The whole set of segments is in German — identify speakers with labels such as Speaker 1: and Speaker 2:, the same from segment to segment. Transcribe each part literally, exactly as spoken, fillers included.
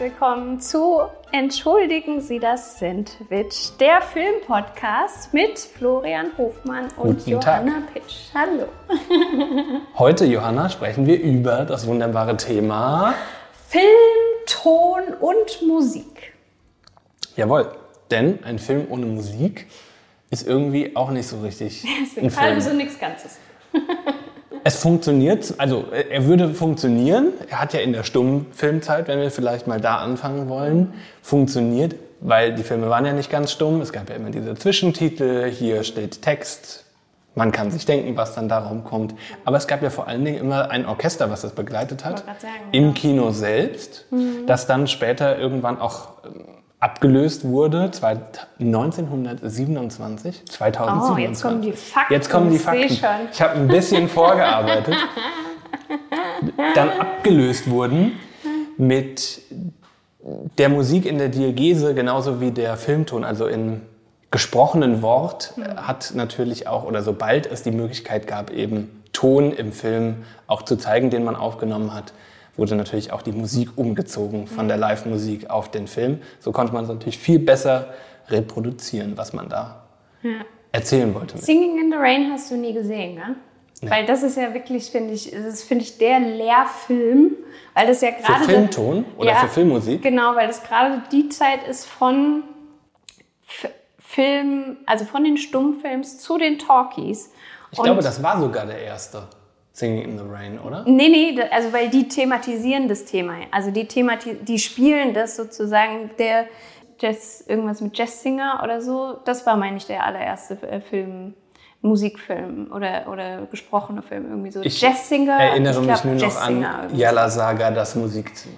Speaker 1: willkommen zu Entschuldigen Sie das Sandwich, der Filmpodcast mit Florian Hofmann und
Speaker 2: Guten
Speaker 1: Johanna
Speaker 2: Tag.
Speaker 1: Pitsch. Hallo.
Speaker 2: Heute, Johanna, sprechen wir über das wunderbare Thema
Speaker 1: Film, Ton und Musik.
Speaker 2: Jawohl, denn ein Film ohne Musik ist irgendwie auch nicht so richtig
Speaker 1: Das
Speaker 2: ein
Speaker 1: ist halb
Speaker 2: Film.
Speaker 1: so nichts Ganzes.
Speaker 2: Es funktioniert, also er würde funktionieren, er hat ja in der Stummfilmzeit, wenn wir vielleicht mal da anfangen wollen, funktioniert, weil die Filme waren ja nicht ganz stumm, es gab ja immer diese Zwischentitel, hier steht Text, man kann sich denken, was dann darum kommt, aber es gab ja vor allen Dingen immer ein Orchester, was das begleitet hat,
Speaker 1: Ich wollte gerade sagen,
Speaker 2: im
Speaker 1: ja.
Speaker 2: Kino selbst, das dann später irgendwann auch ähm, abgelöst wurde, neunzehnhundertsiebenundzwanzig, zweitausendsiebenundzwanzig.
Speaker 1: Oh, jetzt kommen die Fakten.
Speaker 2: Jetzt kommen die
Speaker 1: ich sehe
Speaker 2: Fakten.
Speaker 1: schon.
Speaker 2: Ich habe ein bisschen vorgearbeitet. Dann abgelöst wurden mit der Musik in der Diegese, genauso wie der Filmton, also in gesprochenen Wort, hat natürlich auch, oder sobald es die Möglichkeit gab, eben Ton im Film auch zu zeigen, den man aufgenommen hat, wurde natürlich auch die Musik umgezogen von der Live-Musik auf den Film. So konnte man es natürlich viel besser reproduzieren, was man da
Speaker 1: Ja.
Speaker 2: erzählen wollte. Mit.
Speaker 1: Singing in the Rain hast du nie gesehen, ne?
Speaker 2: Nee.
Speaker 1: Weil das ist ja wirklich, finde ich, das ist, finde ich, der Lehrfilm, weil das ja gerade...
Speaker 2: Für Filmton oder
Speaker 1: ja,
Speaker 2: für Filmmusik?
Speaker 1: Genau, weil das gerade die Zeit ist von F- Film, also von den Stummfilms zu den Talkies.
Speaker 2: Ich glaube, das war sogar der erste Singing in the Rain, oder?
Speaker 1: Nee, nee, da- also weil die thematisieren das Thema. Also die, themati- die spielen das sozusagen, der Jazz, irgendwas mit Jazzsinger oder so, das war, meine ich, der allererste äh, Film, Musikfilm oder, oder gesprochene Film, irgendwie so.
Speaker 2: Ich
Speaker 1: Jazzsinger,
Speaker 2: erinnere
Speaker 1: ich
Speaker 2: mich
Speaker 1: glaub,
Speaker 2: nur noch
Speaker 1: Jazzsinger
Speaker 2: an
Speaker 1: irgendwie.
Speaker 2: Yala Saga, das Musikzimmer.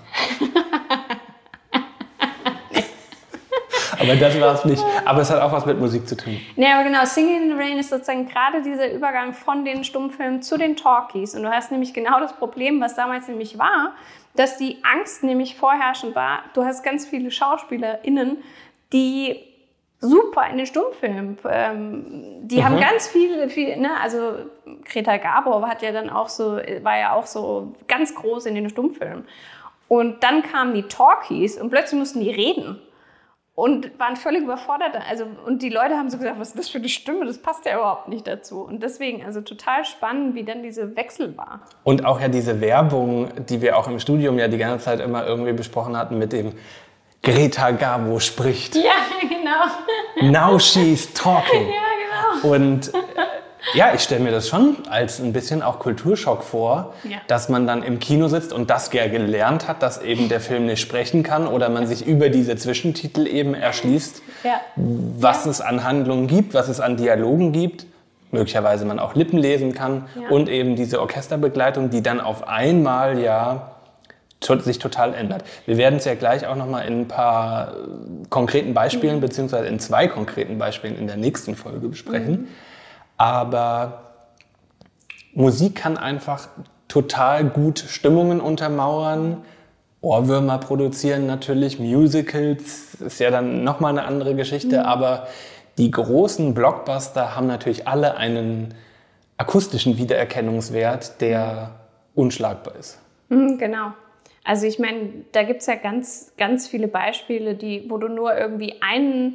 Speaker 2: Aber das war es nicht. Aber es hat auch was mit Musik zu tun.
Speaker 1: Nee, aber genau, Singing in the Rain ist sozusagen gerade dieser Übergang von den Stummfilmen zu den Talkies. Und du hast nämlich genau das Problem, was damals nämlich war, dass die Angst nämlich vorherrschend war. Du hast ganz viele SchauspielerInnen, die super in den Stummfilmen, ähm, die
Speaker 2: Mhm.
Speaker 1: haben ganz viel, viel, ne, also Greta Garbo hat ja dann auch so, war ja auch so ganz groß in den Stummfilmen. Und dann kamen die Talkies und plötzlich mussten die reden. Und waren völlig überfordert. Also, und die Leute haben so gesagt, was ist das für eine Stimme? Das passt ja überhaupt nicht dazu. Und deswegen, also total spannend, wie dann diese Wechsel war.
Speaker 2: Und auch ja diese Werbung, die wir auch im Studium ja die ganze Zeit immer irgendwie besprochen hatten mit dem Greta Garbo spricht.
Speaker 1: Ja, genau.
Speaker 2: Now she's talking.
Speaker 1: Ja, genau.
Speaker 2: Und äh, ja, ich stelle mir das schon als ein bisschen auch Kulturschock vor,
Speaker 1: Ja.
Speaker 2: dass man dann im Kino sitzt und das ja gelernt hat, dass eben der Film nicht sprechen kann oder man sich über diese Zwischentitel eben erschließt,
Speaker 1: Ja.
Speaker 2: was es an Handlungen gibt, was es an Dialogen gibt, möglicherweise man auch Lippen lesen kann
Speaker 1: Ja.
Speaker 2: und eben diese Orchesterbegleitung, die dann auf einmal ja to- sich total ändert. Wir werden es ja gleich auch nochmal in ein paar äh, konkreten Beispielen,
Speaker 1: Mhm.
Speaker 2: beziehungsweise in zwei konkreten Beispielen in der nächsten Folge besprechen.
Speaker 1: Mhm.
Speaker 2: Aber Musik kann einfach total gut Stimmungen untermauern, Ohrwürmer produzieren natürlich, Musicals ist ja dann nochmal eine andere Geschichte, aber die großen Blockbuster haben natürlich alle einen akustischen Wiedererkennungswert, der unschlagbar ist.
Speaker 1: Mhm, genau. Also ich meine, da gibt es ja ganz, ganz viele Beispiele, die, wo du nur irgendwie einen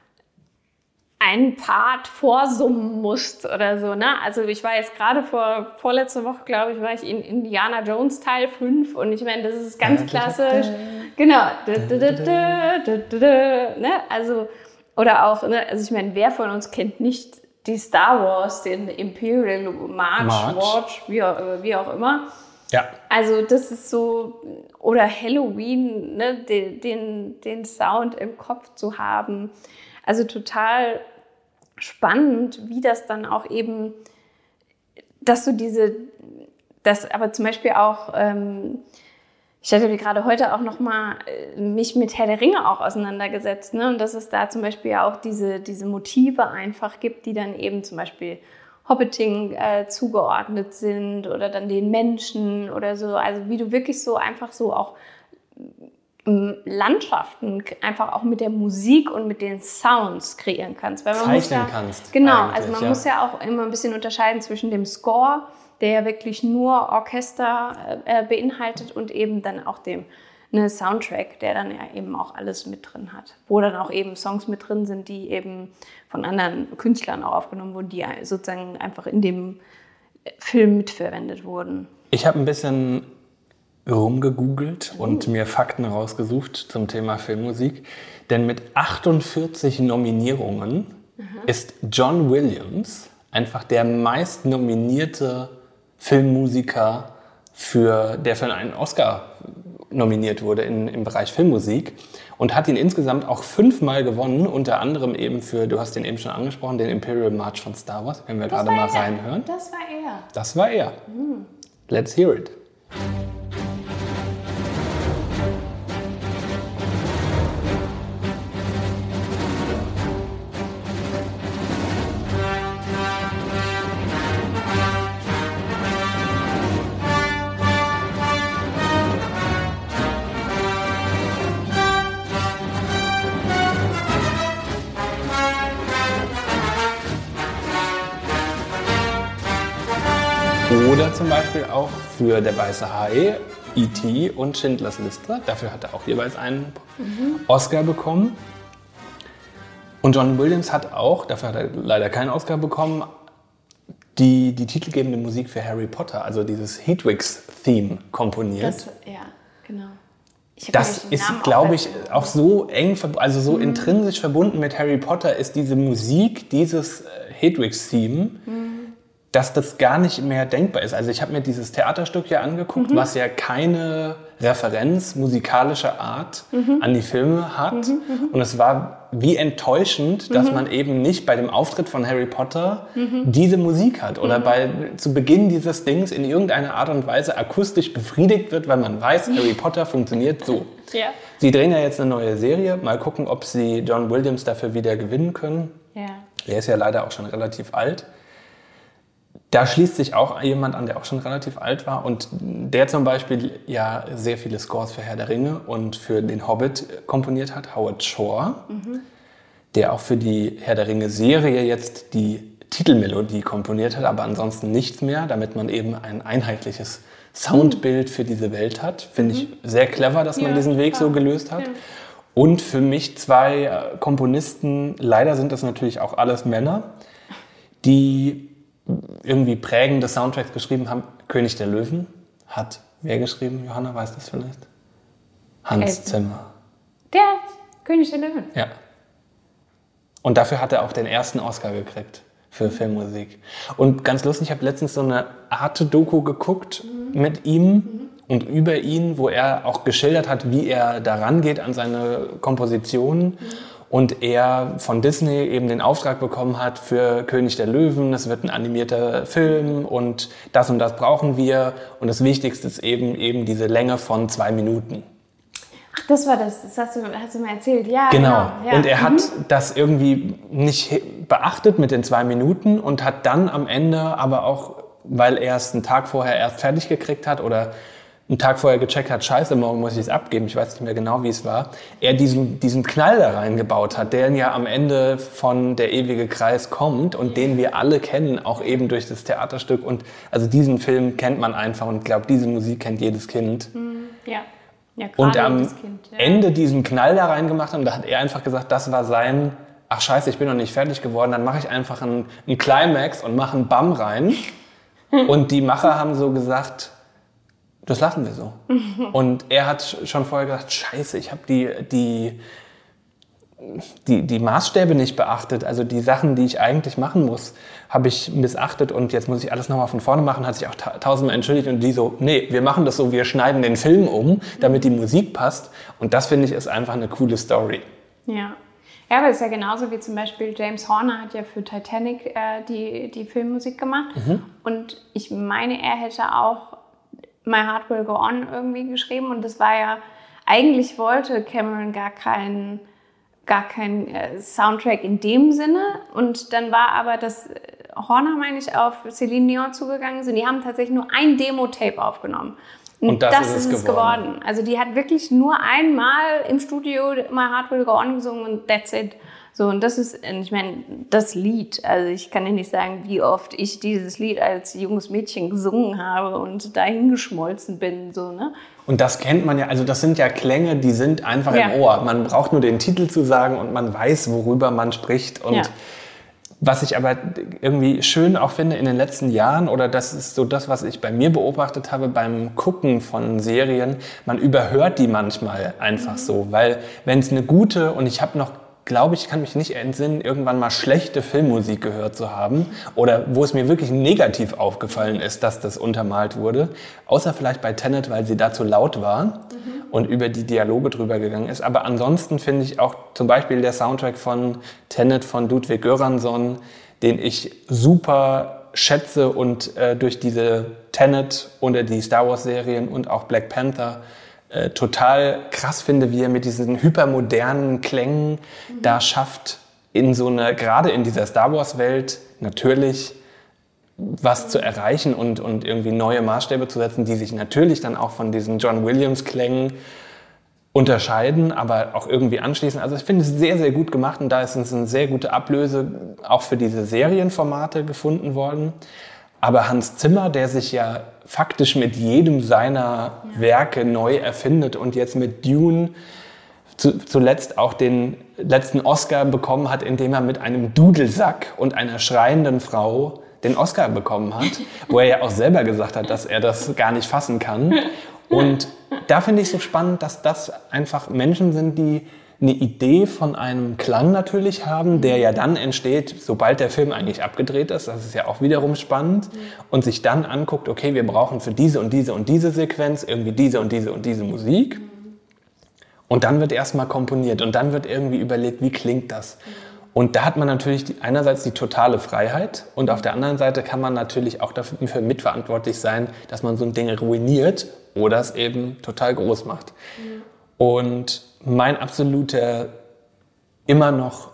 Speaker 1: einen Part vorsummen musst oder so, ne? Also ich war jetzt gerade vor, vorletzte Woche, glaube ich, war ich in Indiana Jones Teil fünf und ich meine, das ist ganz klassisch. Genau. Ne? Also, oder auch, ne? Also ich meine, wer von uns kennt nicht die Star Wars, den Imperial March,
Speaker 2: March.
Speaker 1: Watch, wie auch, wie auch immer.
Speaker 2: Ja.
Speaker 1: Also das ist so, oder Halloween, ne? den, den, den Sound im Kopf zu haben. Also total spannend, wie das dann auch eben, dass du diese, das aber zum Beispiel auch, ähm, ich hatte mir gerade heute auch nochmal mich mit Herr der Ringe auch auseinandergesetzt, ne? Und dass es da zum Beispiel ja auch diese, diese Motive einfach gibt, die dann eben zum Beispiel Hobbiting äh, zugeordnet sind oder dann den Menschen oder so. Also wie du wirklich so einfach so auch Landschaften einfach auch mit der Musik und mit den Sounds kreieren kannst. Weil man
Speaker 2: Zeichnen
Speaker 1: muss ja,
Speaker 2: kannst.
Speaker 1: Genau, also man
Speaker 2: ja.
Speaker 1: muss ja auch immer ein bisschen unterscheiden zwischen dem Score, der ja wirklich nur Orchester äh, beinhaltet, und eben dann auch dem eine Soundtrack, der dann ja eben auch alles mit drin hat. Wo dann auch eben Songs mit drin sind, die eben von anderen Künstlern auch aufgenommen wurden, die sozusagen einfach in dem Film mitverwendet wurden.
Speaker 2: Ich habe ein bisschen rumgegoogelt oh. und mir Fakten rausgesucht zum Thema Filmmusik. Denn mit achtundvierzig Nominierungen mhm. ist John Williams einfach der meist nominierte Filmmusiker, für, der für einen Oscar nominiert wurde in, im Bereich Filmmusik und hat ihn insgesamt auch fünfmal gewonnen, unter anderem eben für, du hast den eben schon angesprochen, den Imperial March von Star Wars, wenn wir das gerade mal er. reinhören.
Speaker 1: Das war er.
Speaker 2: Das war er. Mhm. Let's hear it. Oder zum Beispiel auch für Der weiße Hai, E T und Schindlers Liste. Dafür hat er auch jeweils einen mhm. Oscar bekommen. Und John Williams hat auch, dafür hat er leider keinen Oscar bekommen, die, die titelgebende Musik für Harry Potter, also dieses Hedwigs-Theme, komponiert.
Speaker 1: Das, ja, genau. Ich
Speaker 2: das ist, glaube ich, auch so eng, also so mhm. intrinsisch verbunden mit Harry Potter ist diese Musik, dieses Hedwigs-Theme, mhm. dass das gar nicht mehr denkbar ist. Also ich habe mir dieses Theaterstück ja angeguckt, mhm. was ja keine Referenz musikalischer Art mhm. an die Filme hat. Mhm, mhm. Und es war wie enttäuschend, dass mhm. man eben nicht bei dem Auftritt von Harry Potter mhm. diese Musik hat. Oder mhm. bei, zu Beginn dieses Dings in irgendeiner Art und Weise akustisch befriedigt wird, weil man weiß, Harry Potter funktioniert so.
Speaker 1: Ja.
Speaker 2: Sie drehen ja jetzt eine neue Serie. Mal gucken, ob sie John Williams dafür wieder gewinnen können.
Speaker 1: Ja.
Speaker 2: Er ist ja leider auch schon relativ alt. Da schließt sich auch jemand an, der auch schon relativ alt war und der zum Beispiel ja sehr viele Scores für Herr der Ringe und für den Hobbit komponiert hat, Howard Shore, mhm. der auch für die Herr der Ringe-Serie jetzt die Titelmelodie komponiert hat, aber ansonsten nichts mehr, damit man eben ein einheitliches Soundbild für diese Welt hat. Finde mhm. ich sehr clever, dass man ja, diesen Weg klar. so gelöst hat. Ja. Und für mich zwei Komponisten, leider sind das natürlich auch alles Männer, die irgendwie prägende Soundtracks geschrieben haben. König der Löwen hat wer geschrieben? Johanna, weiß das vielleicht? Hans Elton. Zimmer.
Speaker 1: Der König der Löwen?
Speaker 2: Ja. Und dafür hat er auch den ersten Oscar gekriegt für Filmmusik. Und ganz lustig, ich habe letztens so eine Arte-Doku geguckt mhm. mit ihm mhm. und über ihn, wo er auch geschildert hat, wie er daran geht an seine Kompositionen. Mhm. Und er von Disney eben den Auftrag bekommen hat für König der Löwen, es wird ein animierter Film und das und das brauchen wir. Und das Wichtigste ist eben, eben diese Länge von zwei Minuten.
Speaker 1: Ach, das war das, das hast du, hast du mir erzählt, ja.
Speaker 2: Genau,
Speaker 1: genau. Ja.
Speaker 2: Und er hat
Speaker 1: mhm.
Speaker 2: das irgendwie nicht beachtet mit den zwei Minuten und hat dann am Ende aber auch, weil er es einen Tag vorher erst fertig gekriegt hat oder einen Tag vorher gecheckt hat, scheiße, morgen muss ich es abgeben, ich weiß nicht mehr genau, wie es war, er diesen, diesen Knall da reingebaut hat, der ja am Ende von Der ewige Kreis kommt und den wir alle kennen, auch eben durch das Theaterstück. Und also diesen Film kennt man einfach und ich glaube, diese Musik kennt jedes Kind.
Speaker 1: Ja, ja,
Speaker 2: und am
Speaker 1: jedes Kind, ja.
Speaker 2: Ende diesen Knall da reingemacht haben, da hat er einfach gesagt, das war sein, ach scheiße, ich bin noch nicht fertig geworden, dann mache ich einfach einen, einen Climax und mache einen Bam rein. Und die Macher haben so gesagt, das lassen wir so. Und er hat schon vorher gesagt, scheiße, ich habe die, die, die, die Maßstäbe nicht beachtet. Also die Sachen, die ich eigentlich machen muss, habe ich missachtet und jetzt muss ich alles nochmal von vorne machen. Hat sich auch ta- tausendmal entschuldigt und die so, nee, wir machen das so, wir schneiden den Film um, damit die Musik passt. Und das, finde ich, ist einfach eine coole Story.
Speaker 1: Ja. Ja, aber es ist ja genauso wie zum Beispiel James Horner hat ja für Titanic äh, die, die Filmmusik gemacht. Mhm. Und ich meine, er hätte auch My Heart Will Go On irgendwie geschrieben und das war ja, eigentlich wollte Cameron gar keinen gar kein, äh, Soundtrack in dem Sinne und dann war aber das Horner, meine ich, auf Celine Dion zugegangen sind, die haben tatsächlich nur ein Demo-Tape aufgenommen. Und, und das, das ist es geworden. geworden. Also die hat wirklich nur einmal im Studio My Heart Will Go On gesungen und that's it. So, und das ist, ich meine, das Lied, also ich kann dir nicht sagen, wie oft ich dieses Lied als junges Mädchen gesungen habe und dahin geschmolzen bin, so, ne?
Speaker 2: Und das kennt man ja, also das sind ja Klänge, die sind einfach ja. im Ohr. Man braucht nur den Titel zu sagen und man weiß, worüber man spricht. Und ja. was ich aber irgendwie schön auch finde in den letzten Jahren, oder das ist so das, was ich bei mir beobachtet habe beim Gucken von Serien, man überhört die manchmal einfach mhm. so, weil wenn es eine gute, und ich habe noch, glaube ich, kann mich nicht entsinnen, irgendwann mal schlechte Filmmusik gehört zu haben oder wo es mir wirklich negativ aufgefallen ist, dass das untermalt wurde, außer vielleicht bei Tenet, weil sie da zu laut war mhm. und über die Dialoge drüber gegangen ist. Aber ansonsten finde ich auch zum Beispiel der Soundtrack von Tenet von Ludwig Göransson, den ich super schätze und äh, durch diese Tenet oder die Star Wars Serien und auch Black Panther Äh, total krass finde, wie er mit diesen hypermodernen Klängen mhm. da schafft, in so eine, gerade in dieser Star Wars Welt natürlich was mhm. zu erreichen und, und irgendwie neue Maßstäbe zu setzen, die sich natürlich dann auch von diesen John Williams Klängen unterscheiden, aber auch irgendwie anschließen. Also ich finde es sehr, sehr gut gemacht und da ist uns eine sehr gute Ablöse auch für diese Serienformate gefunden worden. Aber Hans Zimmer, der sich ja faktisch mit jedem seiner ja. Werke neu erfindet und jetzt mit Dune zu, zuletzt auch den letzten Oscar bekommen hat, indem er mit einem Dudelsack und einer schreienden Frau den Oscar bekommen hat, wo er ja auch selber gesagt hat, dass er das gar nicht fassen kann. Und da finde ich so spannend, dass das einfach Menschen sind, die eine Idee von einem Klang natürlich haben, der ja dann entsteht, sobald der Film eigentlich abgedreht ist. Das ist ja auch wiederum spannend. Und sich dann anguckt, okay, wir brauchen für diese und diese und diese Sequenz irgendwie diese und diese und diese Musik. Und dann wird erstmal komponiert und dann wird irgendwie überlegt, wie klingt das? Und da hat man natürlich die, einerseits die totale Freiheit und auf der anderen Seite kann man natürlich auch dafür mitverantwortlich sein, dass man so ein Ding ruiniert oder es eben total groß macht. Mhm. Und mein absoluter immer noch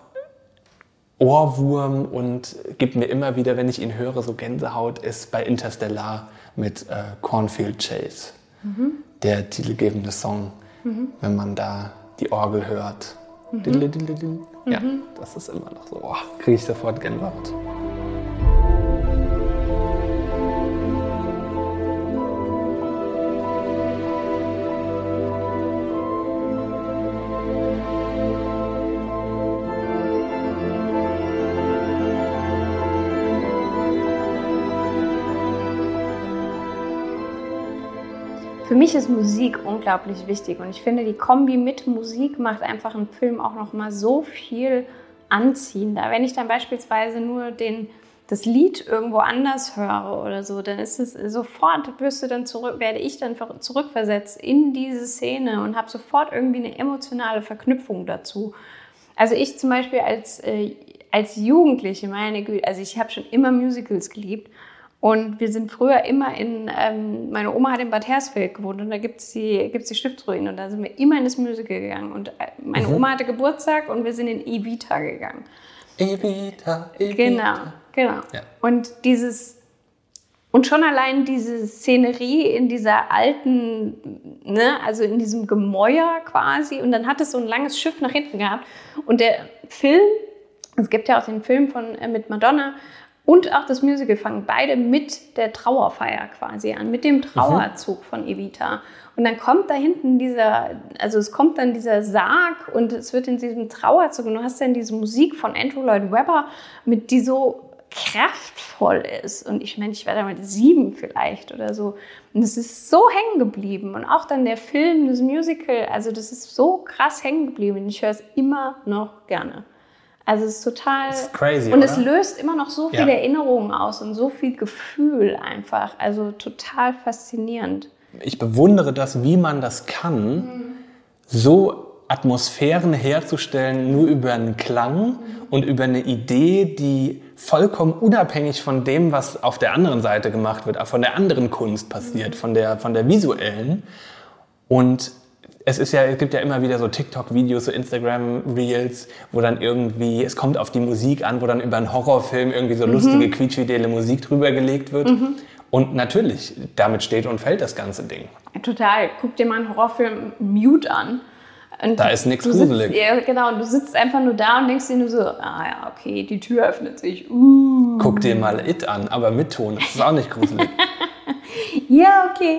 Speaker 2: Ohrwurm und gibt mir immer wieder, wenn ich ihn höre, so Gänsehaut, ist bei Interstellar mit äh, Cornfield Chase. Mhm. Der titelgebende Song, mhm. wenn man da die Orgel hört. Mhm. Diddle, diddle, diddle. Mhm. Ja, das ist immer noch so, oh, kriege ich sofort Gänsehaut.
Speaker 1: Für mich ist Musik unglaublich wichtig und ich finde, die Kombi mit Musik macht einfach einen Film auch noch mal so viel anziehender. Wenn ich dann beispielsweise nur den, das Lied irgendwo anders höre oder so, dann ist es sofort, wirst du dann zurück, werde ich dann zurückversetzt in diese Szene und habe sofort irgendwie eine emotionale Verknüpfung dazu. Also ich zum Beispiel als, äh, als Jugendliche, meine Güte, also ich habe schon immer Musicals geliebt. Und wir sind früher immer in, ähm, meine Oma hat in Bad Hersfeld gewohnt und da gibt es die, gibt's die Stiftsruinen und da sind wir immer in das Musical gegangen. Und meine mhm. Oma hatte Geburtstag und wir sind in Evita gegangen.
Speaker 2: Evita, Evita.
Speaker 1: Genau, genau. Ja. Und dieses, und schon allein diese Szenerie in dieser alten, ne, also in diesem Gemäuer quasi und dann hat es so ein langes Schiff nach hinten gehabt. Und der Film, es gibt ja auch den Film von, äh, mit Madonna, und auch das Musical fangen beide mit der Trauerfeier quasi an, mit dem Trauerzug mhm. von Evita. Und dann kommt da hinten dieser, also es kommt dann dieser Sarg und es wird in diesem Trauerzug und du hast dann diese Musik von Andrew Lloyd Webber, mit die so kraftvoll ist. Und ich meine, ich war damit sieben vielleicht oder so. Und es ist so hängen geblieben. Und auch dann der Film, das Musical, also das ist so krass hängen geblieben. Und ich höre es immer noch gerne. Also es ist total,
Speaker 2: das ist crazy,
Speaker 1: und
Speaker 2: oder?
Speaker 1: Es löst immer noch so viele ja. Erinnerungen aus und so viel Gefühl einfach, also total faszinierend.
Speaker 2: Ich bewundere das, wie man das kann, mhm. so Atmosphären herzustellen, nur über einen Klang mhm. und über eine Idee, die vollkommen unabhängig von dem, was auf der anderen Seite gemacht wird, von der anderen Kunst passiert, mhm. von der, von der visuellen. Und Es ist ja, es gibt ja immer wieder so TikTok-Videos, so Instagram-Reels, wo dann irgendwie, es kommt auf die Musik an, wo dann über einen Horrorfilm irgendwie so mhm. lustige, quietschfidele Musik drüber gelegt wird. Mhm. Und natürlich, damit steht und fällt das ganze Ding.
Speaker 1: Total. Guck dir mal einen Horrorfilm Mute an. Und
Speaker 2: da ist nichts
Speaker 1: gruselig.
Speaker 2: gruselig.
Speaker 1: Ja, genau, und du sitzt einfach nur da und denkst dir nur so, ah ja, okay, die Tür öffnet sich. Uh.
Speaker 2: Guck dir mal It an, aber mit Ton, das ist auch nicht gruselig.
Speaker 1: Ja, okay.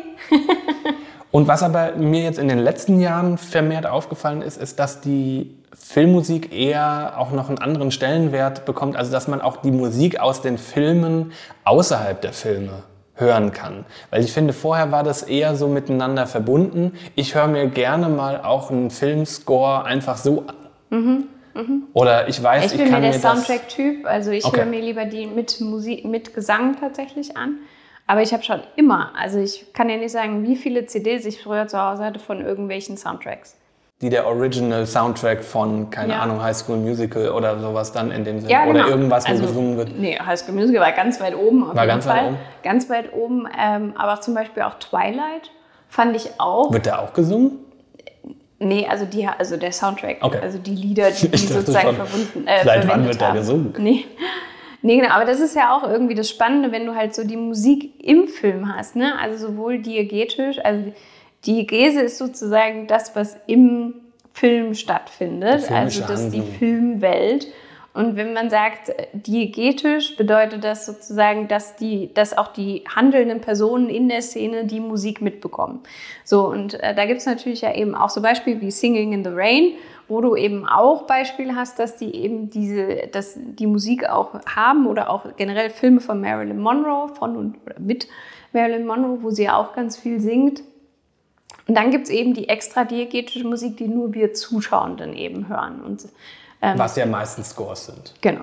Speaker 2: Und was aber mir jetzt in den letzten Jahren vermehrt aufgefallen ist, ist, dass die Filmmusik eher auch noch einen anderen Stellenwert bekommt. Also dass man auch die Musik aus den Filmen außerhalb der Filme hören kann. Weil ich finde, vorher war das eher so miteinander verbunden. Ich höre mir gerne mal auch einen Filmscore einfach so an. Mhm, mh. Oder ich weiß, ich,
Speaker 1: ich bin
Speaker 2: ich kann
Speaker 1: mir der
Speaker 2: mir das...
Speaker 1: Soundtrack-Typ, also ich
Speaker 2: Okay.
Speaker 1: höre mir lieber die mit Musik, mit Gesang tatsächlich an. Aber ich habe schon immer, also ich kann ja nicht sagen, wie viele C Ds ich früher zu Hause hatte von irgendwelchen Soundtracks.
Speaker 2: Die der Original Soundtrack von, keine
Speaker 1: Ja.
Speaker 2: Ahnung, High School Musical oder sowas dann in dem Sinne.
Speaker 1: Ja, genau.
Speaker 2: Oder irgendwas, wo
Speaker 1: also,
Speaker 2: gesungen wird.
Speaker 1: Nee, High School Musical war ganz weit oben. Auf
Speaker 2: War
Speaker 1: jeden
Speaker 2: ganz weit
Speaker 1: Fall.
Speaker 2: oben?
Speaker 1: Ganz weit oben. Ähm, aber auch zum Beispiel auch Twilight fand ich auch.
Speaker 2: Wird der auch gesungen?
Speaker 1: Nee, also, die, also der Soundtrack,
Speaker 2: Okay.
Speaker 1: also die Lieder, die, die
Speaker 2: Ich dachte
Speaker 1: sozusagen
Speaker 2: schon,
Speaker 1: verbunden, äh,
Speaker 2: seit wann
Speaker 1: verwendet
Speaker 2: wird der
Speaker 1: haben.
Speaker 2: gesungen?
Speaker 1: Nee. Nee, genau, aber das ist ja auch irgendwie das Spannende, wenn du halt so die Musik im Film hast, ne? Also sowohl diegetisch, also Diegese ist sozusagen das, was im Film stattfindet,
Speaker 2: Die
Speaker 1: also
Speaker 2: filmische
Speaker 1: das ist die
Speaker 2: Handlung.
Speaker 1: Filmwelt. Und wenn man sagt diegetisch, bedeutet das sozusagen, dass, die, dass auch die handelnden Personen in der Szene die Musik mitbekommen. So, und äh, da gibt es natürlich ja eben auch so Beispiele wie Singing in the Rain, wo du eben auch Beispiele hast, dass die eben diese, dass die Musik auch haben oder auch generell Filme von Marilyn Monroe, von und oder mit Marilyn Monroe, wo sie auch ganz viel singt. Und dann gibt es eben die extra diegetische Musik, die nur wir Zuschauenden eben hören. Und, ähm,
Speaker 2: Was ja meistens Scores sind.
Speaker 1: Genau.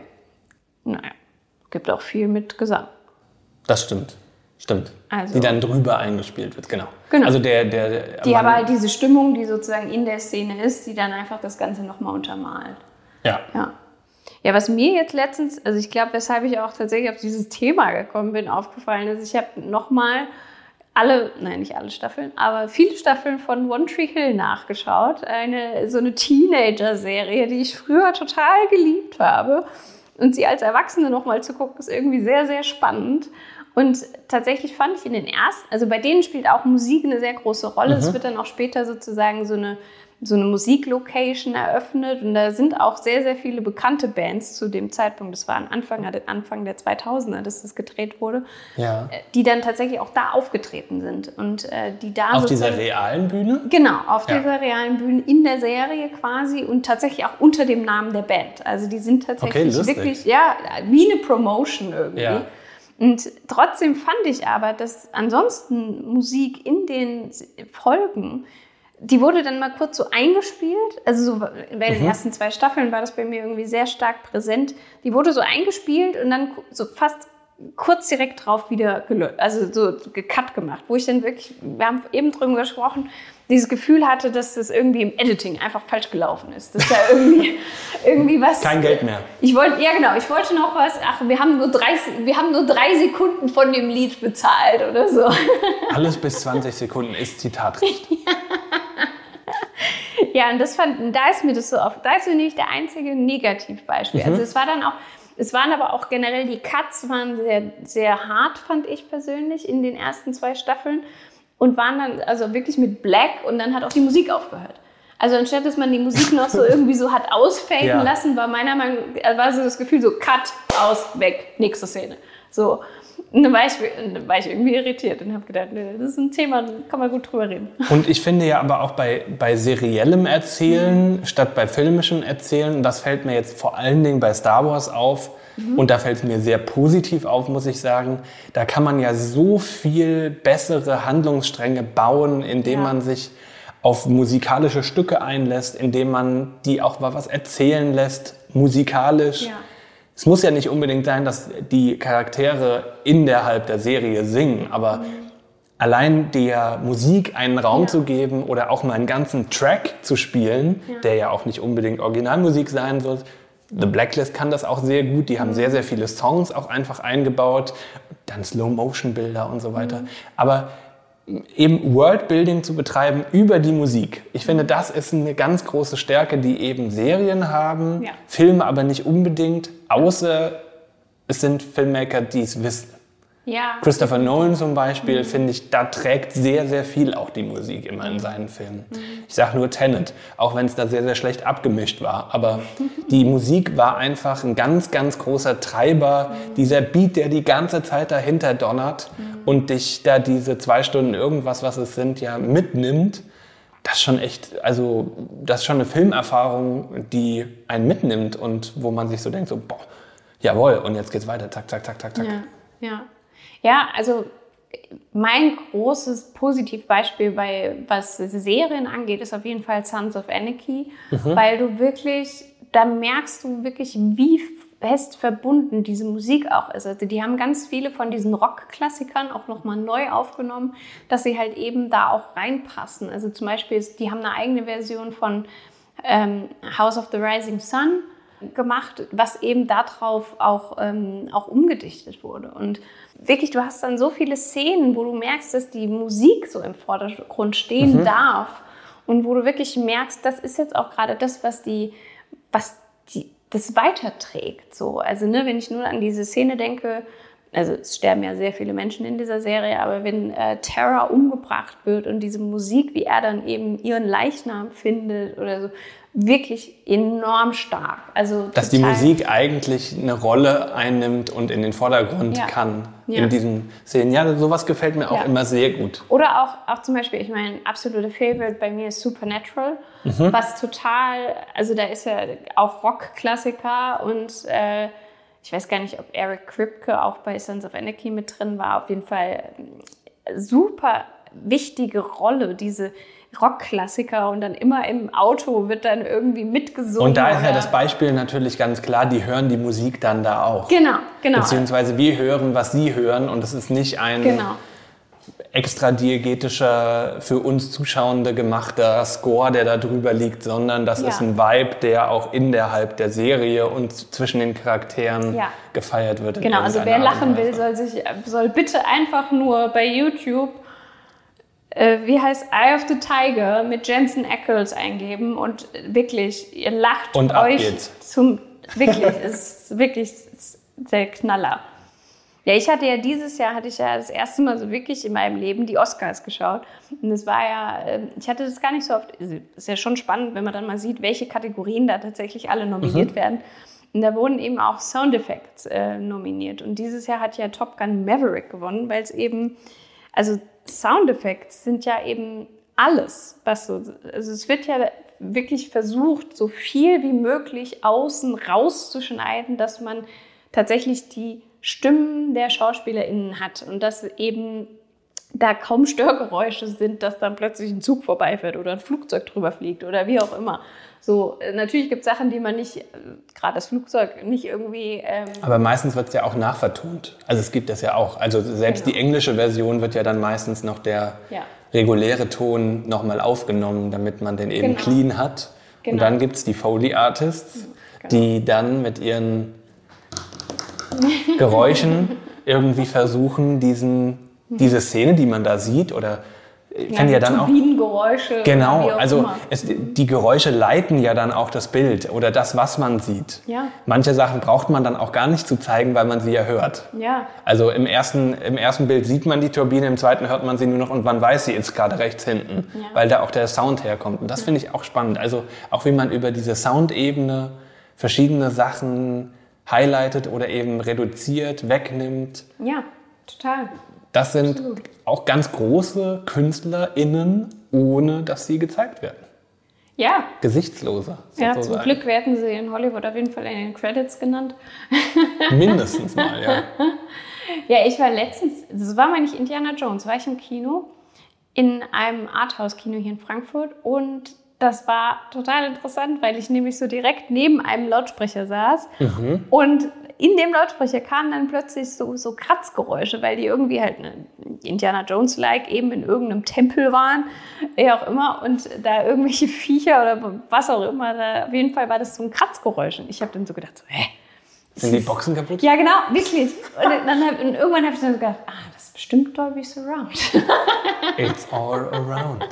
Speaker 1: Naja, gibt auch viel mit Gesang.
Speaker 2: Das stimmt. Stimmt.
Speaker 1: Also-
Speaker 2: die dann drüber eingespielt wird, genau.
Speaker 1: Genau.
Speaker 2: Also der, der, der
Speaker 1: Die
Speaker 2: man-
Speaker 1: aber halt diese Stimmung, die sozusagen in der Szene ist, die dann einfach das Ganze nochmal untermalt.
Speaker 2: Ja.
Speaker 1: Ja. Ja, was mir jetzt letztens, also ich glaube, weshalb ich auch tatsächlich auf dieses Thema gekommen bin, aufgefallen ist, ich habe nochmal alle, nein, nicht alle Staffeln, aber viele Staffeln von One Tree Hill nachgeschaut. Eine, so eine Teenager-Serie, die ich früher total geliebt habe. Und sie als Erwachsene nochmal zu gucken, ist irgendwie sehr, sehr spannend. Und tatsächlich fand ich in den ersten, also bei denen spielt auch Musik eine sehr große Rolle. Es wird dann auch später sozusagen so eine, so eine Musiklocation eröffnet. Und da sind auch sehr, sehr viele bekannte Bands zu dem Zeitpunkt, das war am Anfang, Anfang der zweitausender, dass das gedreht wurde,
Speaker 2: Ja.
Speaker 1: die dann tatsächlich auch da aufgetreten sind. Und äh, die da
Speaker 2: Auf dieser
Speaker 1: sozusagen-
Speaker 2: realen Bühne?
Speaker 1: Genau, auf
Speaker 2: Ja.
Speaker 1: dieser realen Bühne in der Serie quasi und tatsächlich auch unter dem Namen der Band. Also die sind tatsächlich
Speaker 2: Okay, lustig.
Speaker 1: wirklich, ja, wie eine Promotion irgendwie.
Speaker 2: Ja.
Speaker 1: Und trotzdem fand ich aber, dass ansonsten Musik in den Folgen, die wurde dann mal kurz so eingespielt, also so bei den
Speaker 2: Mhm.
Speaker 1: ersten zwei Staffeln war das bei mir irgendwie sehr stark präsent. Die wurde so eingespielt und dann so fast kurz direkt drauf wieder gelöscht, also so gecut gemacht, wo ich dann wirklich, wir haben eben drüber gesprochen, dieses Gefühl hatte, dass das irgendwie im Editing einfach falsch gelaufen ist. Dass da irgendwie, irgendwie was...
Speaker 2: Kein Geld mehr.
Speaker 1: Ich wollte, ja genau, ich wollte noch was, ach, wir haben nur drei, wir haben nur drei Sekunden von dem Lied bezahlt oder so.
Speaker 2: Alles bis zwanzig Sekunden ist Zitatrecht.
Speaker 1: Ja, und das fand, da ist mir das so oft, da ist mir nicht der einzige Negativbeispiel. Also es war dann auch, es waren aber auch generell, die Cuts waren sehr, sehr hart, fand ich persönlich, in den ersten zwei Staffeln und waren dann also wirklich mit Black und dann hat auch die Musik aufgehört. Also anstatt, dass man die Musik noch so irgendwie so hat ausfaden
Speaker 2: Ja.
Speaker 1: lassen, war meiner Meinung nach, war so das Gefühl so Cut, aus, weg, nächste Szene. So. Und dann war ich, dann war ich irgendwie irritiert und habe gedacht, nee, das ist ein Thema, da kann man gut drüber reden.
Speaker 2: Und ich finde ja aber auch bei, bei seriellem Erzählen mhm. statt bei filmischem Erzählen, und das fällt mir jetzt vor allen Dingen bei Star Wars auf, mhm. und da fällt es mir sehr positiv auf, muss ich sagen, da kann man ja so viel bessere Handlungsstränge bauen, indem
Speaker 1: Ja.
Speaker 2: man sich auf musikalische Stücke einlässt, indem man die auch mal was erzählen lässt, musikalisch.
Speaker 1: Ja.
Speaker 2: Es muss ja nicht unbedingt sein, dass die Charaktere innerhalb der Serie singen, aber mhm. allein der Musik einen Raum
Speaker 1: Ja.
Speaker 2: zu geben oder auch mal einen ganzen Track zu spielen,
Speaker 1: Ja.
Speaker 2: der ja auch nicht unbedingt Originalmusik sein soll. The Blacklist kann das auch sehr gut. Die haben
Speaker 1: Mhm.
Speaker 2: sehr, sehr viele Songs auch einfach eingebaut, dann Slow-Motion-Bilder und so weiter.
Speaker 1: Mhm.
Speaker 2: Aber eben Worldbuilding zu betreiben über die Musik. Ich finde, das ist eine ganz große Stärke, die eben Serien haben,
Speaker 1: Ja.
Speaker 2: Filme aber nicht unbedingt, außer es sind Filmmaker, die es wissen.
Speaker 1: Ja.
Speaker 2: Christopher Nolan zum Beispiel, mhm. finde ich, da trägt sehr, sehr viel auch die Musik immer in seinen Filmen. Mhm. Ich sage nur Tenet, auch wenn es da sehr, sehr schlecht abgemischt war. Aber die Musik war einfach ein ganz, ganz großer Treiber. Mhm. Dieser Beat, der die ganze Zeit dahinter donnert mhm. und dich da diese zwei Stunden irgendwas, was es sind, ja mitnimmt. Das ist schon echt, also das ist schon eine Filmerfahrung, die einen mitnimmt und wo man sich so denkt, so boah, jawohl, und jetzt geht's weiter, zack, zack, zack, zack, zack.
Speaker 1: Ja, ja. Ja, also mein großes Positivbeispiel bei was Serien angeht, ist auf jeden Fall Sons of Anarchy, mhm. weil du wirklich, da merkst du wirklich, wie fest verbunden diese Musik auch ist. Also die haben ganz viele von diesen Rock-Klassikern auch nochmal neu aufgenommen, dass sie halt eben da auch reinpassen. Also zum Beispiel, die haben eine eigene Version von ähm, House of the Rising Sun gemacht, was eben darauf auch, ähm, auch umgedichtet wurde. Und wirklich, du hast dann so viele Szenen, wo du merkst, dass die Musik so im Vordergrund stehen mhm. darf und wo du wirklich merkst, das ist jetzt auch gerade das, was die, was die das weiterträgt. So. Also ne, wenn ich nur an diese Szene denke, also es sterben ja sehr viele Menschen in dieser Serie, aber wenn äh, Tara umgebracht wird und diese Musik, wie er dann eben ihren Leichnam findet oder so, wirklich enorm stark. Also
Speaker 2: dass die Musik eigentlich eine Rolle einnimmt und in den Vordergrund ja. kann ja. in diesen Szenen. Ja, sowas gefällt mir auch ja. immer sehr gut.
Speaker 1: Oder auch, auch zum Beispiel, ich meine, absolute Favorite bei mir ist Supernatural, mhm. was total, also da ist ja auch Rock-Klassiker und äh, ich weiß gar nicht, ob Eric Kripke auch bei Sons of Anarchy mit drin war. Auf jeden Fall super wichtige Rolle, diese Rockklassiker und dann immer im Auto wird dann irgendwie mitgesungen.
Speaker 2: Und da ist ja das Beispiel natürlich ganz klar, die hören die Musik dann da auch.
Speaker 1: Genau, genau.
Speaker 2: Beziehungsweise wir hören, was sie hören und es ist nicht ein genau. extra diegetischer, für uns Zuschauende gemachter Score, der da drüber liegt, sondern das ja. ist ein Vibe, der auch innerhalb der Serie und zwischen den Charakteren ja. gefeiert wird.
Speaker 1: Genau, also wer lachen will, soll, sich, soll bitte einfach nur bei YouTube äh, wie heißt Eye of the Tiger mit Jensen Ackles eingeben und wirklich, ihr lacht
Speaker 2: und
Speaker 1: euch
Speaker 2: geht's.
Speaker 1: zum, wirklich, es ist wirklich der Knaller. Ja, ich hatte ja dieses Jahr, hatte ich ja das erste Mal so wirklich in meinem Leben die Oscars geschaut. Und es war ja, ich hatte das gar nicht so oft, ist ja schon spannend, wenn man dann mal sieht, welche Kategorien da tatsächlich alle nominiert mhm. werden. Und da wurden eben auch Sound Effects äh, nominiert. Und dieses Jahr hat ja Top Gun Maverick gewonnen, weil es eben, also Sound Effects sind ja eben alles, was so, also es wird ja wirklich versucht, so viel wie möglich außen rauszuschneiden, dass man tatsächlich die Stimmen der SchauspielerInnen hat und dass eben da kaum Störgeräusche sind, dass dann plötzlich ein Zug vorbeifährt oder ein Flugzeug drüber fliegt oder wie auch immer. So, natürlich gibt es Sachen, die man nicht, gerade das Flugzeug, nicht irgendwie... Ähm
Speaker 2: Aber meistens wird es ja auch nachvertont. Also es gibt das ja auch. Also selbst genau. die englische Version wird ja dann meistens noch der ja. reguläre Ton nochmal aufgenommen, damit man den eben genau. clean hat. Genau. Und dann gibt es die Foley Artists, genau. die dann mit ihren Geräuschen irgendwie versuchen, diesen, diese Szene, die man da sieht, oder ich ja, ja dann auch
Speaker 1: Turbinengeräusche.
Speaker 2: Genau, also es, die Geräusche leiten ja dann auch das Bild oder das, was man sieht.
Speaker 1: Ja.
Speaker 2: Manche Sachen braucht man dann auch gar nicht zu zeigen, weil man sie ja hört.
Speaker 1: Ja.
Speaker 2: Also im ersten, im ersten Bild sieht man die Turbine, im zweiten hört man sie nur noch und man weiß, sie ist gerade rechts hinten, ja. weil da auch der Sound herkommt. Und das ja. finde ich auch spannend. Also auch wie man über diese Soundebene verschiedene Sachen highlightet oder eben reduziert, wegnimmt.
Speaker 1: Ja, total.
Speaker 2: Das sind Absolut. Auch ganz große KünstlerInnen, ohne dass sie gezeigt werden.
Speaker 1: Ja.
Speaker 2: Gesichtsloser.
Speaker 1: Ja, sozusagen. Zum Glück werden sie in Hollywood auf jeden Fall in den Credits genannt.
Speaker 2: Mindestens mal, ja.
Speaker 1: Ja, ich war letztens, das war mal nicht Indiana Jones, war ich im Kino, in einem Arthouse-Kino hier in Frankfurt und das war total interessant, weil ich nämlich so direkt neben einem Lautsprecher saß und mhm. in dem Lautsprecher kamen dann plötzlich so, so Kratzgeräusche, weil die irgendwie halt ne, Indiana Jones-like eben in irgendeinem Tempel waren, wie auch immer, und da irgendwelche Viecher oder was auch immer, da, auf jeden Fall war das so ein Kratzgeräusch. Und ich habe dann so gedacht, so, hä?
Speaker 2: Sind die Boxen kaputt?
Speaker 1: Ja, genau, wirklich. Und, dann hab, und irgendwann habe ich dann so gedacht, ah, das ist bestimmt Dolby Surround.
Speaker 2: It's all around.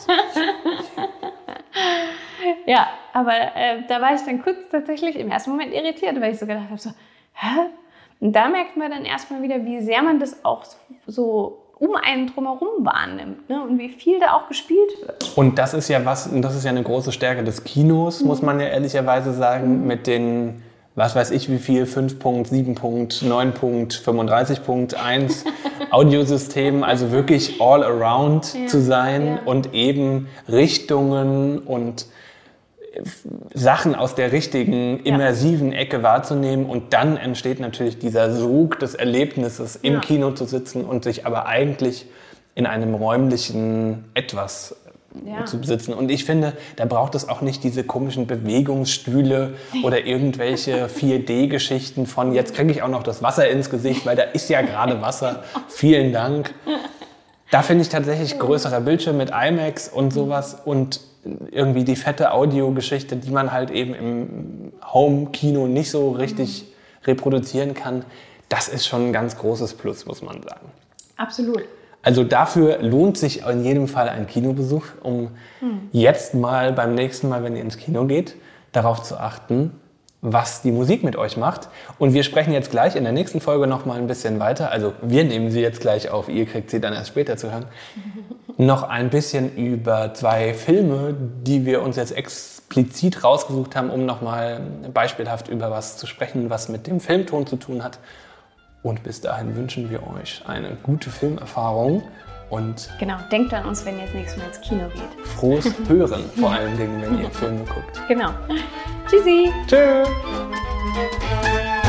Speaker 1: Ja, aber äh, da war ich dann kurz tatsächlich im ersten Moment irritiert, weil ich so gedacht habe, so, hä? Und da merkt man dann erstmal wieder, wie sehr man das auch so um einen drumherum wahrnimmt, ne? Und wie viel da auch gespielt wird.
Speaker 2: Und das ist ja was, das ist ja eine große Stärke des Kinos, mhm. muss man ja ehrlicherweise sagen, mhm. mit den, was weiß ich wie viel, fünf Punkt, sieben Punkt, neun Punkt, fünfunddreißig Punkt eins Audiosystemen, also wirklich all around ja. zu sein ja. und eben Richtungen und Sachen aus der richtigen, immersiven ja. Ecke wahrzunehmen und dann entsteht natürlich dieser Sog des Erlebnisses, im ja. Kino zu sitzen und sich aber eigentlich in einem räumlichen Etwas ja. zu besitzen. Und ich finde, da braucht es auch nicht diese komischen Bewegungsstühle oder irgendwelche vier D-Geschichten von jetzt kriege ich auch noch das Wasser ins Gesicht, weil da ist ja gerade Wasser. Vielen Dank. Da finde ich tatsächlich größerer Bildschirm mit IMAX und sowas und irgendwie die fette Audiogeschichte, die man halt eben im Home-Kino nicht so richtig reproduzieren kann. Das ist schon ein ganz großes Plus, muss man sagen.
Speaker 1: Absolut.
Speaker 2: Also dafür lohnt sich in jedem Fall ein Kinobesuch, um hm. jetzt mal beim nächsten Mal, wenn ihr ins Kino geht, darauf zu achten, was die Musik mit euch macht. Und wir sprechen jetzt gleich in der nächsten Folge noch mal ein bisschen weiter. Also wir nehmen sie jetzt gleich auf, ihr kriegt sie dann erst später zu hören. Noch ein bisschen über zwei Filme, die wir uns jetzt explizit rausgesucht haben, um noch mal beispielhaft über was zu sprechen, was mit dem Filmton zu tun hat. Und bis dahin wünschen wir euch eine gute Filmerfahrung. Und
Speaker 1: genau, denkt an uns, wenn ihr das nächste Mal ins Kino geht.
Speaker 2: Frohes Hören, vor allen Dingen, wenn ihr Filme guckt.
Speaker 1: Genau. Tschüssi.
Speaker 2: Tschüss.